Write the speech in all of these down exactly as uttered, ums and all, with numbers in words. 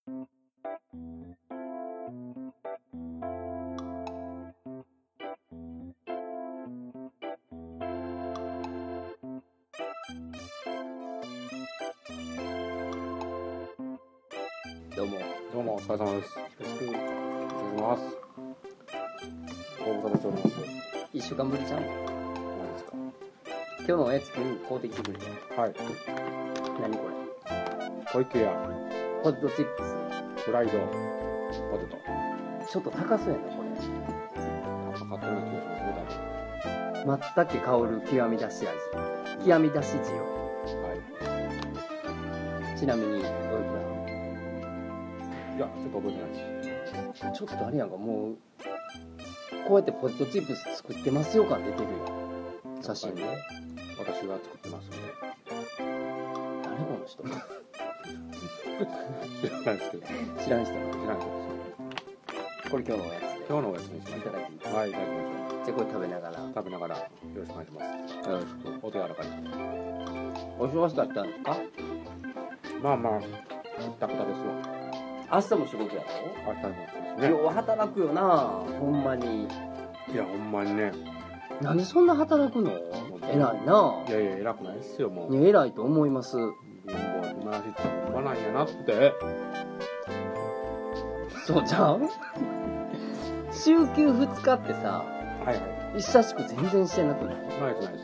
どうもどうもお疲れ様です。よろしくお願いします。ご無沙汰しております。 一週間ぶりじゃん。 何ですか？ 今日のおやつ君買うてきてくれた。 はい。 何これ？ 小池屋ポテトチップス。 フライドポテト。 ちょっと高そうやなこ高かったような気がしますね、 れ。松茸香る極みだし味。極みだし塩。 多分。はちなみにおいくら？ い。いや、ちょっと覚えてないし。 ちょっとあれやんか、もうこうやってポテトチップス作ってますよ感出てるよ。写真で。 私が作ってますんで。 誰この人？ 知らないですけど。 知らん人。 知らないですこれ今日のおやつで。 今日のおやつにしまいしたた。 だきます。 はい、いただきましょう。 じゃあこれ食べながら。 食べながらよろしくお願いします。 よろしく。 お手柔らかに。 お忙しかったんですか？ まあまあ、タクタですわ。 明日も仕事や明日もですろ？ ね。 よう働くよな、ほんまに。 いや、ほんまにね。 なんでそんな働くの？偉いな。 いやいや、偉くないっすよ、もう。 いや偉いと思います。 貧乏な暇なしってほんまなんやなって。 そうじゃん。週休ふつかってさ、 はいはい。 久しく全然してなくない？ ないですないです。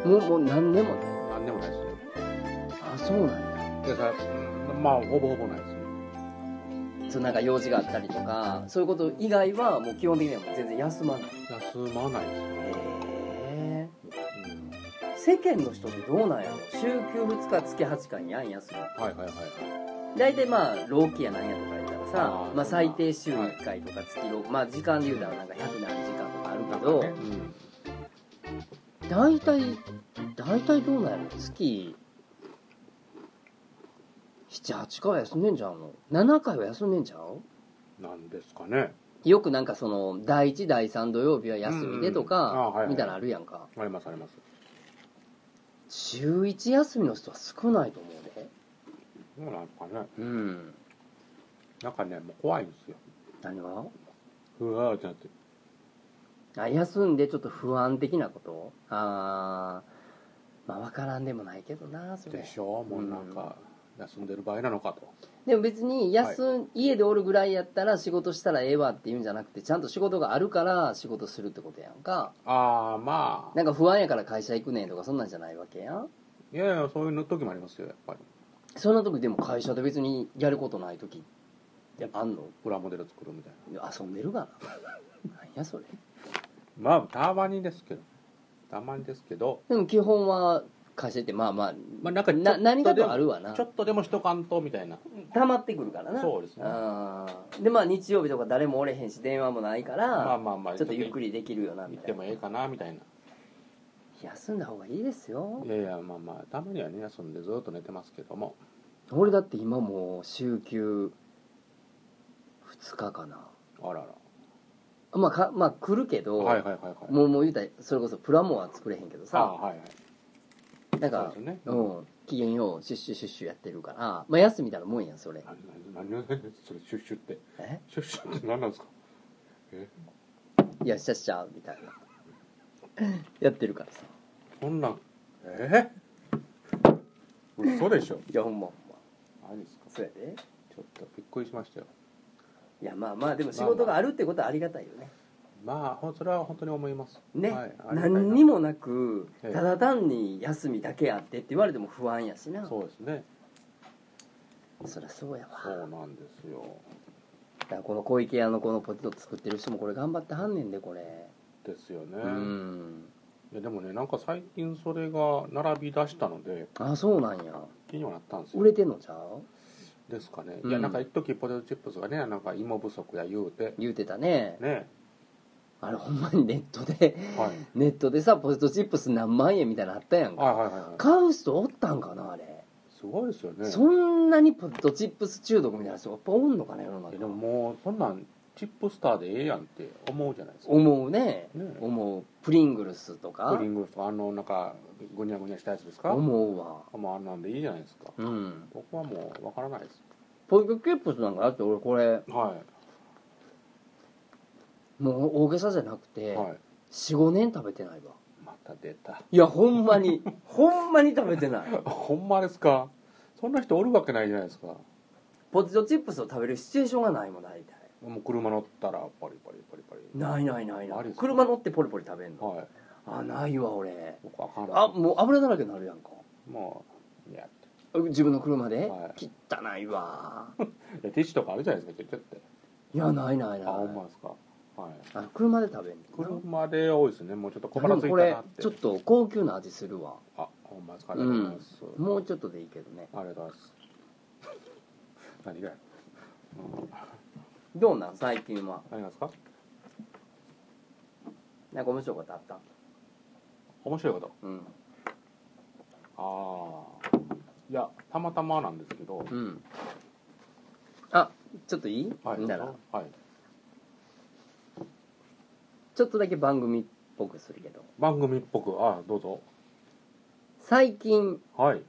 もうもう何年もない。 なんでもないですね。 あ、そうなんや。 でさ、うんまあ、ほぼほぼないですね。 そうなんか用事があったりとか、そういうこと以外はもう基本的にはもう全然休まない。 休まないですね。 へえ。世間の人ってどうなんやろ？週休ふつか月はちかんやん休み。 はいはいはいはい。 大体まあ労基やなんやとか言ったらさ、 あーまあ最低週いっかいとか月ろく、まあ時間で言うたらなんかひゃく何時間とかあるけど、 ね、 大体、大体どうなんやろ？月なな、はちかいは休んでんじゃんの？ななかいは休んでんじゃん？ うん。なんですかね。 よくなんかそのだいいちだいさん土曜日は休みでとうんうんあーはいはいかみたいなのあるやんか。 ありますあります。 週いち休みの人は少ないと思うで。 そうなんですかね。 うん。 なんかね、もう怖いんですよ。 何が？ ふわーってなって。 あ、休んでちょっと不安的なこと？あー、まあ分からんでもないけどな、それ。 でしょう、もうなんか、休んでる場合なのかと。 でも別に休、はい、家でおるぐらいやったら仕事したらええわっていうんじゃなくて、ちゃんと仕事があるから仕事するってことやんか。 ああ、まあ。 なんか不安やから会社行くねんとかそんなんじゃないわけやん。 いやいや、そういう時もありますよ、やっぱり。 そんな時でも会社で別にやることない時あんの？ プラモデル作るみたいな。遊んでるがな。何やそれ。 まあ、たまにですけど。たまにですけど。 でも基本は会社行ってまあまあ、 まあ、なんかな何かとあるわな。 ちょっとでもしとかんとみたいな。 溜まってくるからな。 そうですね。 あでまあ日曜日とか誰もおれへんし電話もないから、 まあまあまあ、 ちょっとゆっくりできるよなみたいな。 行ってもええかなみたいな。 休んだ方がいいですよ。 いやいや、まあまあ、たまにはね、休んでずっと寝てますけども。 俺だって今もう週休ふつかかな。 あらら。 まあかまあ来るけど、 はいはいはいはい。 もうもう言うたらそれこそプラモは作れへんけどさ、 あはいはい。 なんか、 そうですね、 うん機嫌ようシュッシュシュッシュやってるから、まあ休みたらもんやんそれ。 何何何それシュッシュって。 え？ シュッシュって何なんですか？え？ いやシャッシャーみたいなやってるからさ。 そんなんえ？嘘でしょ？ いやほんまほんま。 何ですか？ そうやで。 ちょっとびっくりしましたよ。 いやまあまあでも仕事があるってことはありがたいよね。 まあそれは本当に思いますね、 はい、 何にもなくええただ単に休みだけあってって言われても不安やしな。 そうですね。 そりゃそうやわ。 そうなんですよ。 だからこの小池屋のこのポテト作ってる人もこれ頑張ってはんねんでこれ。 ですよね。 うんいやでもねなんか最近それが並び出したので。 あそうなんや。 気にはなったんですよ。 売れてんのちゃうですかね、 うん、 いやなんか一時ポテトチップスがねなんか芋不足や言うて言うてたね。 ねあれほんまにネットで、 はい、 ネットでさポテトチップス何万円みたいなのあったやんか、 はいはいはいはい、 買う人おったんかなあれ。 すごいですよね。 そんなにポテトチップス中毒みたいな人やっぱおんのかな世の中。 でももうそんなんチップスターでええやんって思うじゃないですか。 思うね、 ね思う。プリングルスとかプリングルスとかあのなんかぐにゃぐにゃしたやつですか。 思うわ。 もうあんなんでいいじゃないですか。 うん僕はもうわからないです。 ポテトチップスなんかだって俺これはもう大げさじゃなくて、 いはい。 よん、ごねん食べてないわ。 また出た。 いやほんまにほんまに食べてない。 ほんまですか？そんな人おるわけないじゃないですか。 ポテトチップスを食べるシチュエーションがないもん大体。 もう車乗ったらパリパリパリパリ。 ないないないないありっす。 車乗ってポリポリ食べんの。 はい。 あないわ俺。 僕あかんあもう油だらけになるやんか。 もういや自分の車で、 は汚いわ。 いやティッシュとかあるじゃないですか。ちょちょって。 いやないないない。 あほんまですか。はい。 あ車で食べんの。 車で多いですね。もうちょっと小腹ついたでもこれなって。 ちょっと高級な味するわ。 あほんまですか。ありがとうございます。 もうちょっとでいいけどね。 ありがとうございます。何がや、うん、 どうなん最近は。 何がですか？ なんか面白いことあった？ 面白いこと。 うんああいやたまたまなんですけど、 うんあちょっといい？ はいならはい、 ちょっとだけ番組っぽくするけど、 番組っぽくあどうぞ。 最近はい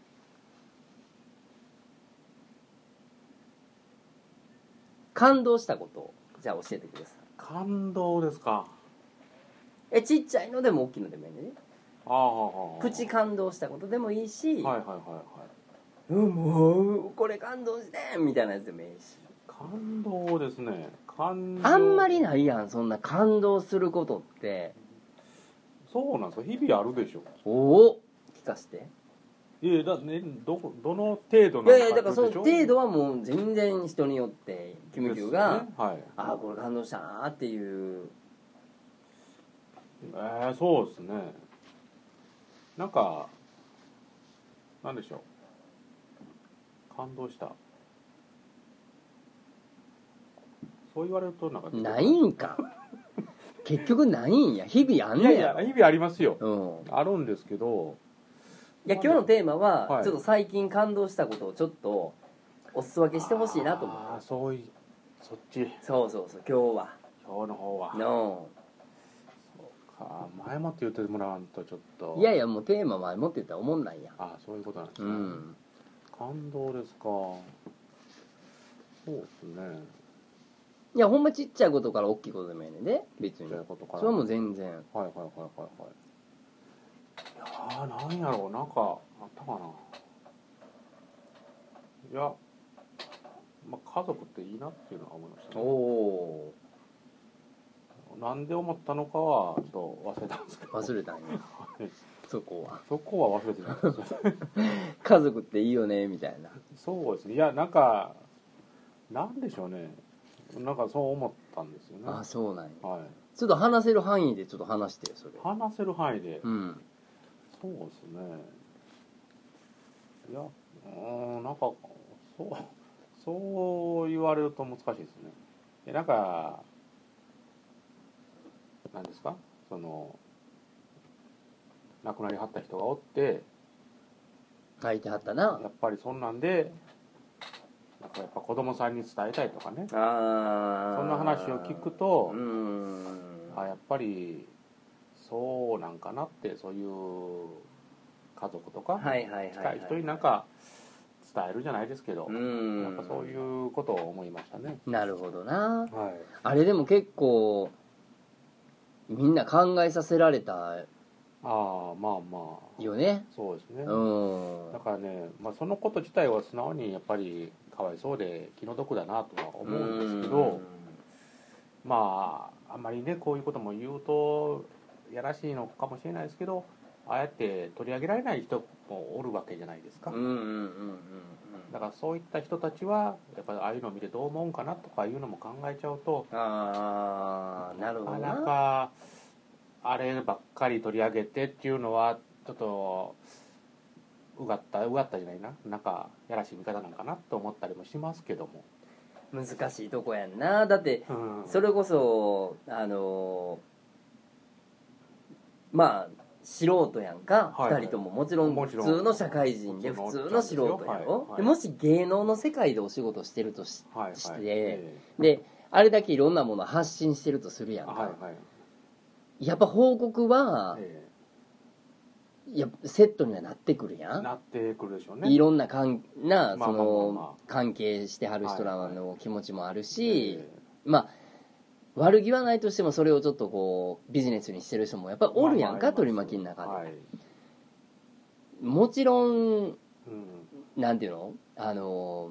感動したことをじゃあ教えてください。 感動ですか。 えちっちゃいのでも大きいのでもいいね。 ああプチ感動したことでもいいし、 はいはいはいはい。 うんもうこれ感動してんみたいなやつでもいいし。 感動ですね。感動あんまりないやんそんな感動することって。 そうなんですか。日々あるでしょ。 おお聞かして。 いやだねどこどの程度いなのかやいやだからそのでしょ程度はもう全然人によってキムキューが、 ですねはい、 ああこれ感動したなーっていう。 えー、そうですね。なんかなんでしょう。感動した。そう言われるとなんかないんか結局ないんや。日々あんねや。 いやいや日々ありますよ。 うん。 あるんですけど。 いや今日のテーマは、 はいちょっと最近感動したことをちょっかお裾分けしてほしいなと思ああう。 そういそっちそうそうそう今日は今日の方はのか前もって言ってもらわんとちょっといやいやもうテーマ前もって言ったらおもんないやん。 あそういうことなんですね、 うん感動ですか。そうですね。 いやほんまちっちゃいことから大きいことでもいいねんで別に。 ちっちゃいことからそれはもう全然。 はいはいはいはいはい。いやーなんやろうなんかあったかな。いや、まあ、家族っていいなっていうのは思いましたおね。 おなんで思ったのかはちょっと忘れたんですけど忘れたんやはいそこは。 そこは忘れてないですよ家族っていいよねみたいな。 そうですね。いやなんかなんでしょうね。なんかそう思ったんですよね。 あそうなんや。 はい。 ちょっと話せる範囲でちょっと話してよそれ。 話せる範囲で。 うんそうですね。いや、うーんなんかそうそう言われると難しいですね。いやなんかなんですかその亡くなりはった人がおって書いてはったな。 やっぱりそんなんでなんかやっぱ子供さんに伝えたいとかね。 あそんな話を聞くとうーんあやっぱりそうなんかなってそういう家族とかはいはいはいはい近い人になんか伝えるじゃないですけどうーんやっぱそういうことを思いましたね。 なるほどな。 はい。 あれでも結構みんな考えさせられたああまあまあよね。 そうですね。 うんだからね、まあ、そのこと自体は素直にやっぱりかわいそうで気の毒だなとは思うんですけど、まああんまりねこういうことも言うとやらしいのかもしれないですけどああやって取り上げられない人もおるわけじゃないですか。 うんうんうんうんうんだからそういった人たちはやっぱりああいうのを見てどう思うんかなとかいうのも考えちゃうとああなるほどな。 なかなかあればっかり取り上げてっていうのはちょっとうがったうがったじゃないななんかやらしい見方なんかなと思ったりもしますけども。 難しいとこやんな。だってうんそれこそあのまあ素人やんか、 はいはいふたりとももちろん普もちろん通の社会人で普通の素人やろ、 はいはいでもし芸能の世界でお仕事してるとし,、 はいはいして、 えであれだけいろんなものを発信してるとするやんか、 えはいはいやっぱ報告はえいやセットにはなってくるやん。 なってくるでしょうね。 いろんなかんなまあまあまあまあその関係してはる人らの気持ちもあるし、 えまあ悪気はないとしてもそれをちょっとこうビジネスにしてる人もやっぱりえおるやんか、 まあまあ取り巻きの中で、 はい。 もちろんうん。 なんていうのあの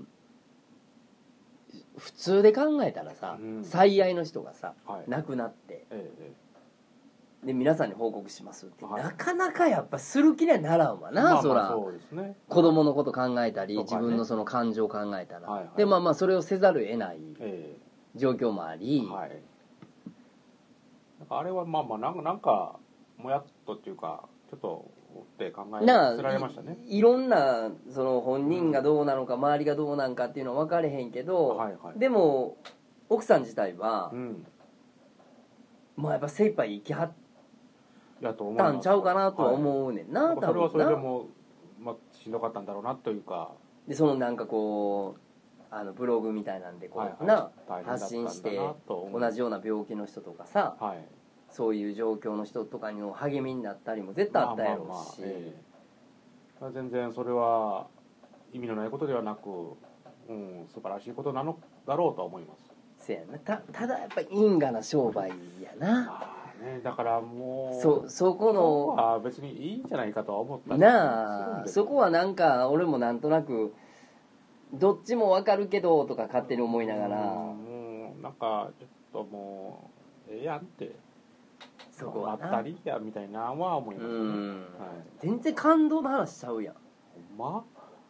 普通で考えたらさ、 うん最愛の人がさはい。 亡くなってええで皆さんに報告しますって、 はいなかなかやっぱする気にはならんわな、 まあそらまあそうですね。 子供のこと考えたり、 とかね自分のその感情を考えたら、 はいはいでまあまあそれをせざるを得ないえ状況もあえり、 はい。なんかあれはまあまあなんかなんかもやっとっていうかちょっとって考えなさせられましたね。 いいろんなその本人がどうなのか、周りがどうなんかっていうのは分かれへんけど、 はいはい。 でも奥さん自体はう、ん。 まあやっぱ精一杯生きはっやと思いたますんちゃうかなとはう。 思うねんな、 なんかそれはそれ多分なでもまあしんどかったんだろうなというか。 でそのなんかこうあのブログみたいなんでこう、 はいはいな大変だったんだな発信してと思う同じような病気の人とかさ、 はい。 そういう状況の人とかの励みになったりも絶対あったやろうし、 まあまあまあええ全然それは意味のないことではなく、うん、素晴らしいことなのだろうとは思います。 せやな、たただやっぱ因果な商売やな、 まあね、だからもうそそこのは別にいいんじゃないかとは思ったりなあするんそこはなんか俺もなんとなくどっちもわかるけどとか勝手に思いながら、 うんもうなんかちょっともうええやんってそこはなまったりやみたいなのは思いますね。 うんはい、 全然感動の話しちゃうやん。 ほんま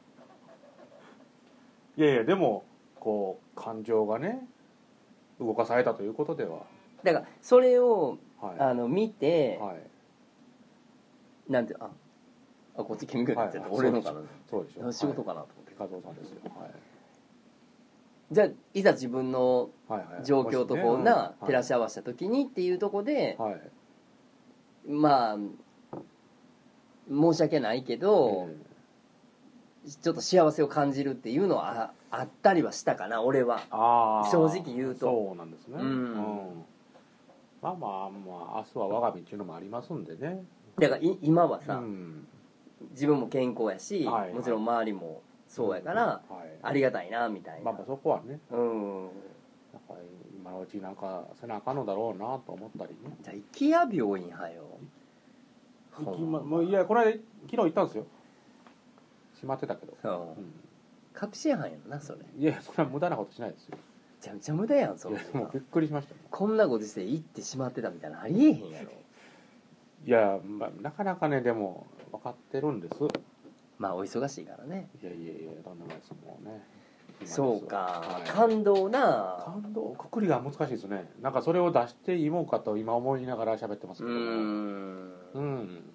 いやいやでもこう感情がね動かされたということでは、 だからそれをはいあの見て、 はい、 なんてああこっち君が言ってた、 はい俺のかな、 そうでしょ。 仕事かなと思って、 ピカゾーさんですよ。はいじゃあいざ自分のはいはい、 状況とこうな、 はい照らし合わせた時にっていうところで、 はい、 まあ申し訳ないけど、 えちょっと幸せを感じるっていうのはあ、あったりはしたかな俺は。 あ正直言うとそうなんですね。 うんまあまあまあ明日は我が身っていうのもありますんでね。 だからい今はさ、 うん自分も健康やし、 はいはいもちろん周りもそうやから、 はい、 ありがたいなみたいな、 まあまあそこはね、 うんやっぱり今のうちなんかせなあかんのだろうなと思ったりね。 じゃあ行きや病院はよ。 行きまもういやこの間昨日行ったんですよ。閉まってたけど。 うんうん確信犯やんなそれ。 いやそれは無駄なことしないですよ。 めちゃめちゃ無駄やんそんいなやもうびっくりしましたね。 こんなご時世行ってしまってたみたいなのありえへんやろ。 いや、まあ、なかなかねでも分かってるんです。 まあお忙しいからね。 いやいやいやとんでもないですもうね。 そうか、 はい感動な。 感動くくりが難しいですね。なんかそれを出していいもんかと今思いながら喋ってますうけども。 んうん。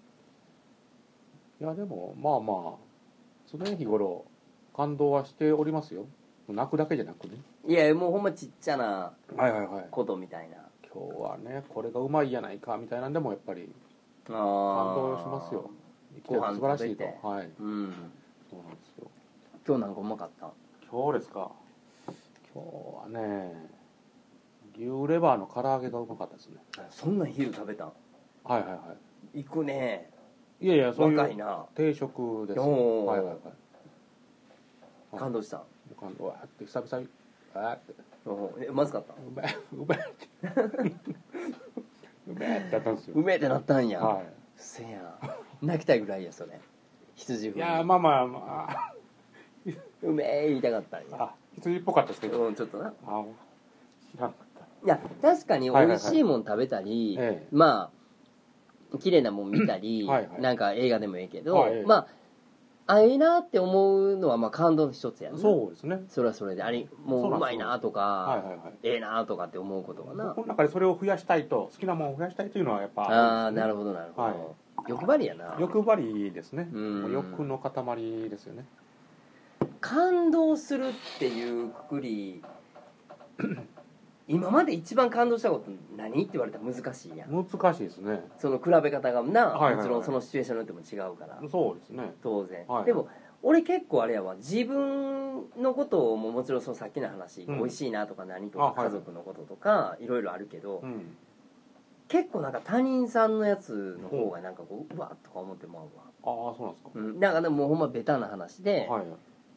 いやでもまあまあ常日頃感動はしておりますよ。泣くだけじゃなくね。 いやもうほんまちっちゃなはいはいはい。 ことみたいな。 今日はねこれがうまいやないかみたいなんでもやっぱりあ感動しますよ。生きてて素晴らしいと。はい。 うんそうなんですよ。 今日なんかうまかった。 今日ですか。今日はね牛レバーの唐揚げがうまかったですね。 そんなん昼食べたん。 はいはいはい行くね。 いやいやそういう若いな。 定食です。はいおーはいはい。 感動したん。 感動わーって久々にわーってうんえまずかったん。 うめえうめえってうめえってやったんですよ。 うめえってなったんや。 はせや泣きたいぐらいやそれ。羊い。い風やまあまあまあうめえ言いたかったんや。 あ羊っぽかったですけど。 うんちょっとな。 あ知らんかった。 いや確かに美味しいもん食べたり、 ええまあ綺麗なもん見たりはいはいなんか映画でもええけど、 はいええまああええなって思うのはまあ感動の一つやね。 そうですね。 それはそれでありもううまいなとか、 はいはいはい。 ええなとかって思うことはな。 僕の中でそれを増やしたいと好きなものを増やしたいというのはやっぱああなるほほどなるほど、 はい欲張りやな。 欲張りですね。 うんもう欲の塊ですよね。 感動するっていうくくり今まで一番感動したこと何って言われたら難しいやん。 難しいですね。 その比べ方がな、 はいはいはいもちろんそのシチュエーションによっても違うからそうですね。 当然、 はいでも俺結構あれやわ自分のことももちろんそのさっきの話、 うん美味しいなとか何とかあはい家族のこととかいろいろあるけど、 うん。 結構なんか他人さんのやつの方がなんかこううわっとか思ってまうわ。 ああそうなんですか、 うん、だからでももうほんまベタな話で、 はい、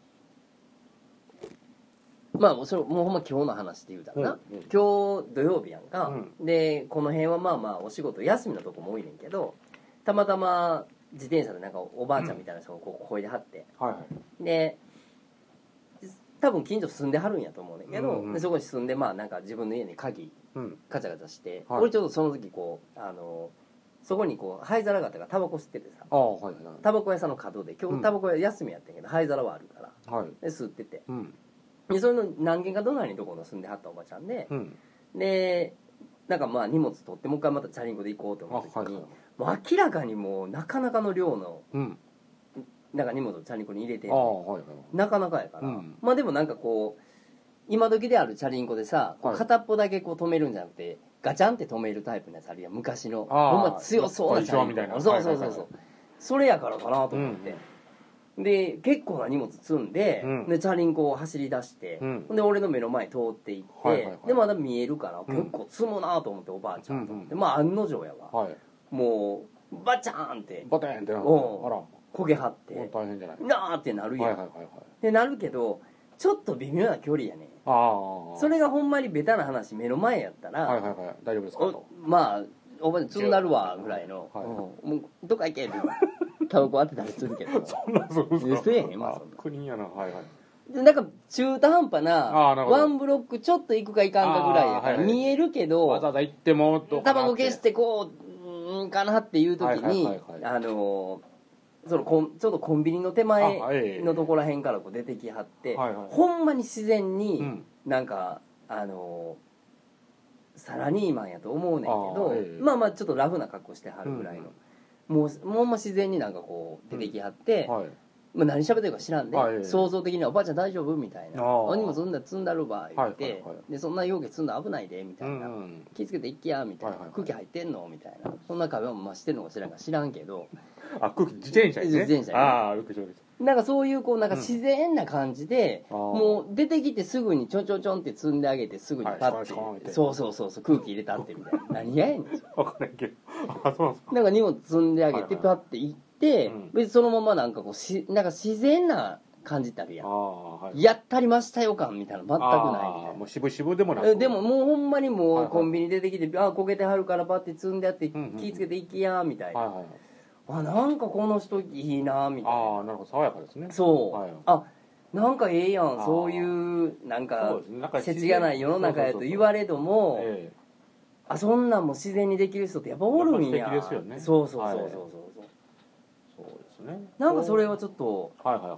まあそれもうほんま今日の話で言うたらな、 うんうん、 今日土曜日やんか、 うん、でこの辺はまあまあお仕事休みのとこも多いねんけど、たまたま自転車でなんかおばあちゃんみたいな人がこうこいではって、 はいはい、 で多分近所住んではるんやと思うねんけど、 うんうん、 でそこに住んでまあなんか自分の家に鍵カチャカチャして、 はい、 俺ちょうどその時こうあのそこにこう灰皿があったからタバコ吸っててさ、 あ、はいはい、 タバコ屋さんの角で今日タバコ屋休みやったんやけど、灰皿はあるから、 はい、 で吸ってて、 うん、 でそれの何軒か隣のところの住んではったおばちゃんで、 うん、 でなんかまあ荷物取ってもう一回またチャリンコで行こうと思った時に、はいはい、もう明らかにもうなかなかの量の、うん、なんか荷物をチャリンコに入れてんの、はいはい、なかなかやから、うん、まあでもなんかこう今時であるチャリンコでさ、はい、片っぽだけこう止めるんじゃなくてガチャンって止めるタイプのやつあるやん、昔のほんま強そうなチャリンコみたいな、そうそうそうそう、はいはいはい、それやからかなと思って、うん、で結構な荷物積んで、うん、でチャリンコを走り出して、うん、で俺の目の前通っていって、はいはいはい、でまだ見えるから、うん、結構積むなと思っておばあちゃんと思って、うん、まあ案の定やわ、はい、もうバチャーンってバテンってなる、 あら焦げ張って大変じゃないなーってなるやん、はいはいはいはい、でなるけどちょっと微妙な距離やねん。あ、それがほんまにベタな話目の前やったら、はいはいはい、大丈夫ですかと、まあおばあちゃん積んだるわぐらいの、はい、うん、もうどっか行けってタバコ当てたりするけどそんなそうですか、 せえへん、まあそんな国やな、はいはい、 でなんか中途半端なワンブロックちょっと行くか行かんかぐらいやから、はいはい、見えるけどわざわざ行ってもタバコ消してこううんかなっていう時に、はいはいはいはい、あのそのコンちょっとコンビニの手前のところらへんからこう出てきはって、はいはい、ほんまに自然になんか、うん、あのサラリーマンやと思うねんけど、あ、ええ、まあまあちょっとラフな格好してはるぐらいの、うん、もうもう自然になんかこう出てきはって、うん、はい、まあ、何喋ってるか知らんで、はい、想像的には「おばあちゃん大丈夫?」みたいな「お荷物積んだ積んだるば」言って、はいはいはい、でそんな容器積んだ危ないでみたいな、うんうん、気ぃつけていっきやみたいな、はいはいはい、空気入ってんのみたいな、そんな会話もまあしてんのか知らんか知らんけど、 あ、空気自転車にね、 自転車に、ね、 ああ、びっくりした。 なんかそういうこうなんか自然な感じで、うん、もう出てきてすぐにちょんちょんちょんって積んであげてすぐにパッて、はい、そうそうそうそう、空気入れたってみたいな何がやねん分からんけど、あ、そうなんですか。 なんか荷物積んであげてパッて行って、はいはい、別にそのままなんかこうしなんか自然な感じってあるやん、あ、はい、やったりましたよ感みたいな全くないみたいな、 もう渋々でもなく、 でももうほんまにもうコンビニ出てきて、はいはい、あこけてはるからパッて積んであって、うんうん、気ぃつけていきやみたいな、はいはいはい、あ、なんかこの人いいなみたいな、 ああ、なるほど、爽やかですね、 そう、はい、あ、なんかええやん、そういうなんか世知がない世の中やと言われども、ええ、あ、そんなんも自然にできる人ってやっぱおるんや、 素敵ですよね、 そうそうそうそうそう、はい、 そうですね、 なんかそれはちょっと、 はいはいはい、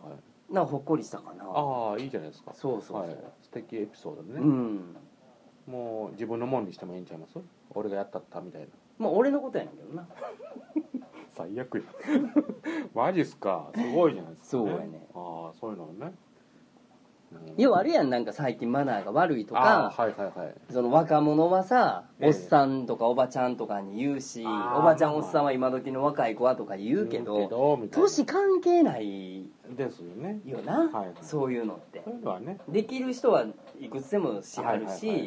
なんかほっこりしたかな。 ああ、いいじゃないですか、 そうそうそう、はい、 素敵エピソードでね、 うん、 もう自分のもんにしてもいいんちゃいます、俺がやったったみたいな、 まあ俺のことやねんけどな最悪やマジっすか、すごいじゃないですか、ね、 そうやね、 ああ、そういうのね、 うん、要はあるやん、なんか最近マナーが悪いとか、 はいはいはい、 その若者はさ、えー、おっさんとかおばちゃんとかに言うし、おばちゃんおっさんは今時の若い子はとか言うけど、年関係ないですよね、 よな、はいはい、そういうのって、 そういうのはね、 できる人はいくつでもしはるし、はいはいはい、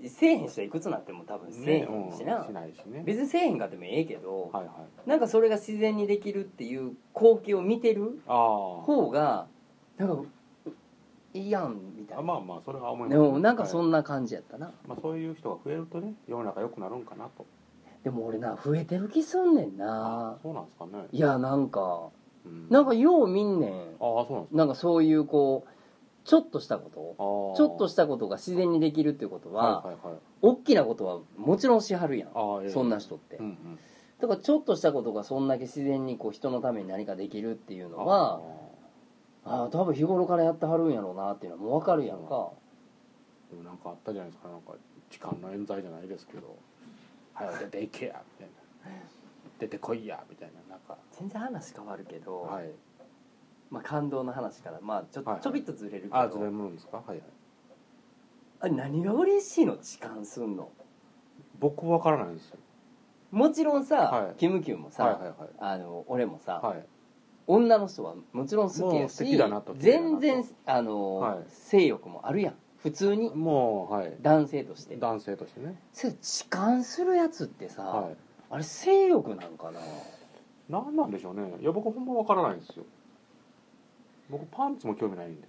せえへん人はいくつになっても多分せえへんしな、ね、うん、しないしね、別にせえへんかってもええけど、はいはい、なんかそれが自然にできるっていう光景を見てる方がなんかいいやんみたいな、 まあまあそれは思います、 ね、でもなんかそんな感じやったな、はい、 まあ、そういう人が増えるとね、世の中良くなるんかなと。 でも俺な、増えてる気すんねんな。 そうなんですかね。 いや、なんか、うん、なんかよう見んねん。ああ、そうなんですか。なんかそういうこうちょっとしたことちょっとしたことが自然にできるっていうことは、はいはいはい、大きなことはもちろんしはるやん、ええ、そんな人って、うんうん、だからちょっとしたことがそんだけ自然にこう人のために何かできるっていうのは、ああ、多分日頃からやってはるんやろうなっていうのはもう分かるやんか。 でもなんかあったじゃないですか、なんか時間の冤罪じゃないですけど、早く出ていけやみたいな出てこいやみたいな、なんか全然話変わるけど、はい、まあ、感動の話から、まあ、ちょ、 はいはい、 ちょびっとずれるけど、 あ、ずれるもんですか、はいはい、 あれ何が嬉しいの、痴漢すんの。 僕分からないんですよ。 もちろんさ、はい、キムキュンもさ、はいはいはい、あの俺もさ、はい、女の人はもちろん好きやし、 だなと全然あの、はい、性欲もあるやん、 普通にもう、はい、 男性として男性としてね。 それ痴漢するやつってさ、 はい、 あれ性欲なんかな。 なんなんでしょうね。いや僕ほんま分からないんですよ。僕パンツも興味ないんで。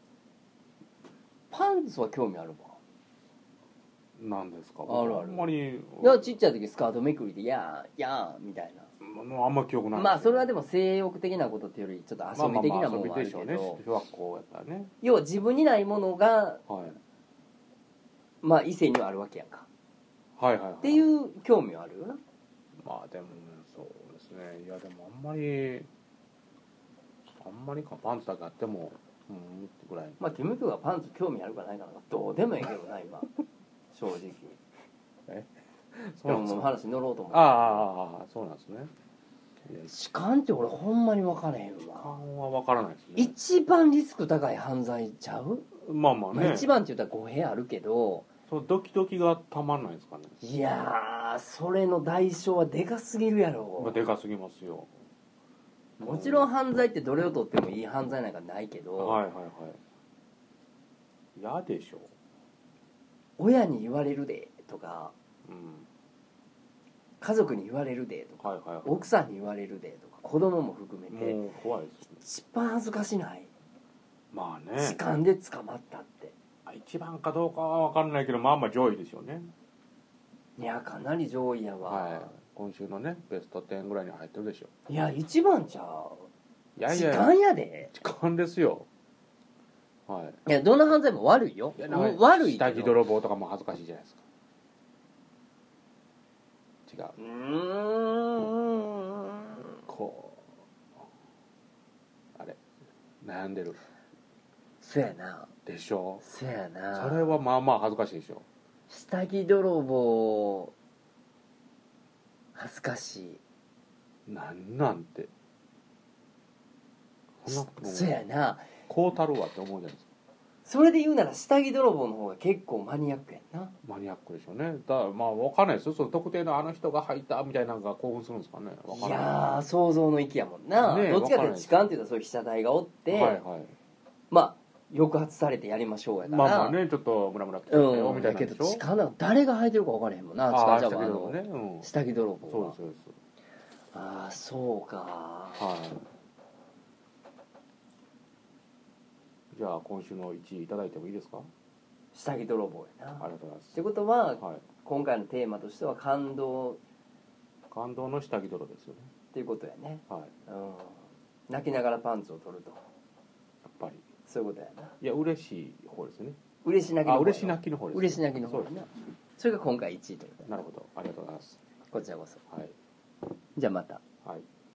パンツは興味あるわ。 なんですか。 あるある。 あんまり。 いやちっちゃい時スカートめくりでやーやーみたいな。 あんま記憶ない。 まあそれはでも性欲的なことっていうよりちょっと遊び的なものもあるけど、まあまあまあ遊びでしょうね。小学校やったらね。要は自分にないものが、はい、まあ異性にはあるわけやんか。 はいはい、はい、 っていう興味はあるよな。 まあでもそうですね。いやでもあんまりあんまりかパンツだけあってもうんってぐらい。 まあキムキョがパンツ興味あるかないかなんかどうでもいいけどな今正直。え？でももう話乗ろうと思って。 ああそうなんですね。 痴漢って俺ほんまに分からへんわ。 痴漢は分からないですね。 一番リスク高い犯罪ちゃう？ まあまあね、 まあ、一番って言ったら語弊あるけど、 そのドキドキがたまんないですかね。 いやーそれの代償はでかすぎるやろ。 まあ、でかすぎますよ。 もちろん犯罪ってどれをとってもいい犯罪なんかないけど、 はいはいはい、嫌でしょ。 親に言われるでとか、うん、家族に言われるでとか、はいはいはい、奥さんに言われるでとか、子供も含めてもう怖いですね。 一番恥ずかしない。 まあね、 痴漢で捕まったって一番かどうかは分かんないけど、まあまあ上位ですよね。 いやかなり上位やわ、はい、 今週のねベストじゅうぐらいに入ってるでしょ。 いや一番ちゃう。 いやいや痴漢やで。 痴漢ですよ。はい。 いやどんな犯罪も悪いよ。いや悪いけど。 下着泥棒とかも恥ずかしいじゃないですか。違う。うーん。こうあれ悩んでる。 そやな。 でしょ。 そやな。 それはまあまあ恥ずかしいでしょ。 下着泥棒恥ずかしい。 なんなんて。 そやな。 こうたるわって思うじゃないですか。 それで言うなら下着泥棒の方が結構マニアックやんな。 マニアックでしょうね。だからまあ分かんないですよ。その特定のあの人が履いたみたいなのが興奮するんですかね。分かんない。いやー想像の域やもんな、ね、どっちかっていうと痴漢っていうとそういう被写体がおって、はいはい、まあ抑圧されてやりましょうやから。 まあまあねちょっとムラムラ来てるよみたいなでしょ。 けど痴漢なんか誰が履いてるか分からへんもんな。痴漢じゃん、あの、ね、うん、下着泥棒は。 そうですそうです。 ああそうか。はい。 じゃあ今週のいちいいただいてもいいですか。 下着泥棒やな。 ありがとうございます。 ってことは、はい、今回のテーマとしては感動感動の下着泥ですよねっていうことやね。はい、うん、泣きながらパンツを取るとやっぱりそういうことやな。 いや嬉しい方ですね。 嬉し泣きの方。あ嬉し泣きの方です、ね、 嬉し泣きの方やな。それが今回いちいということ。 なるほど、ありがとうございます。 こちらこそ。 はい。 じゃあまた。 はい。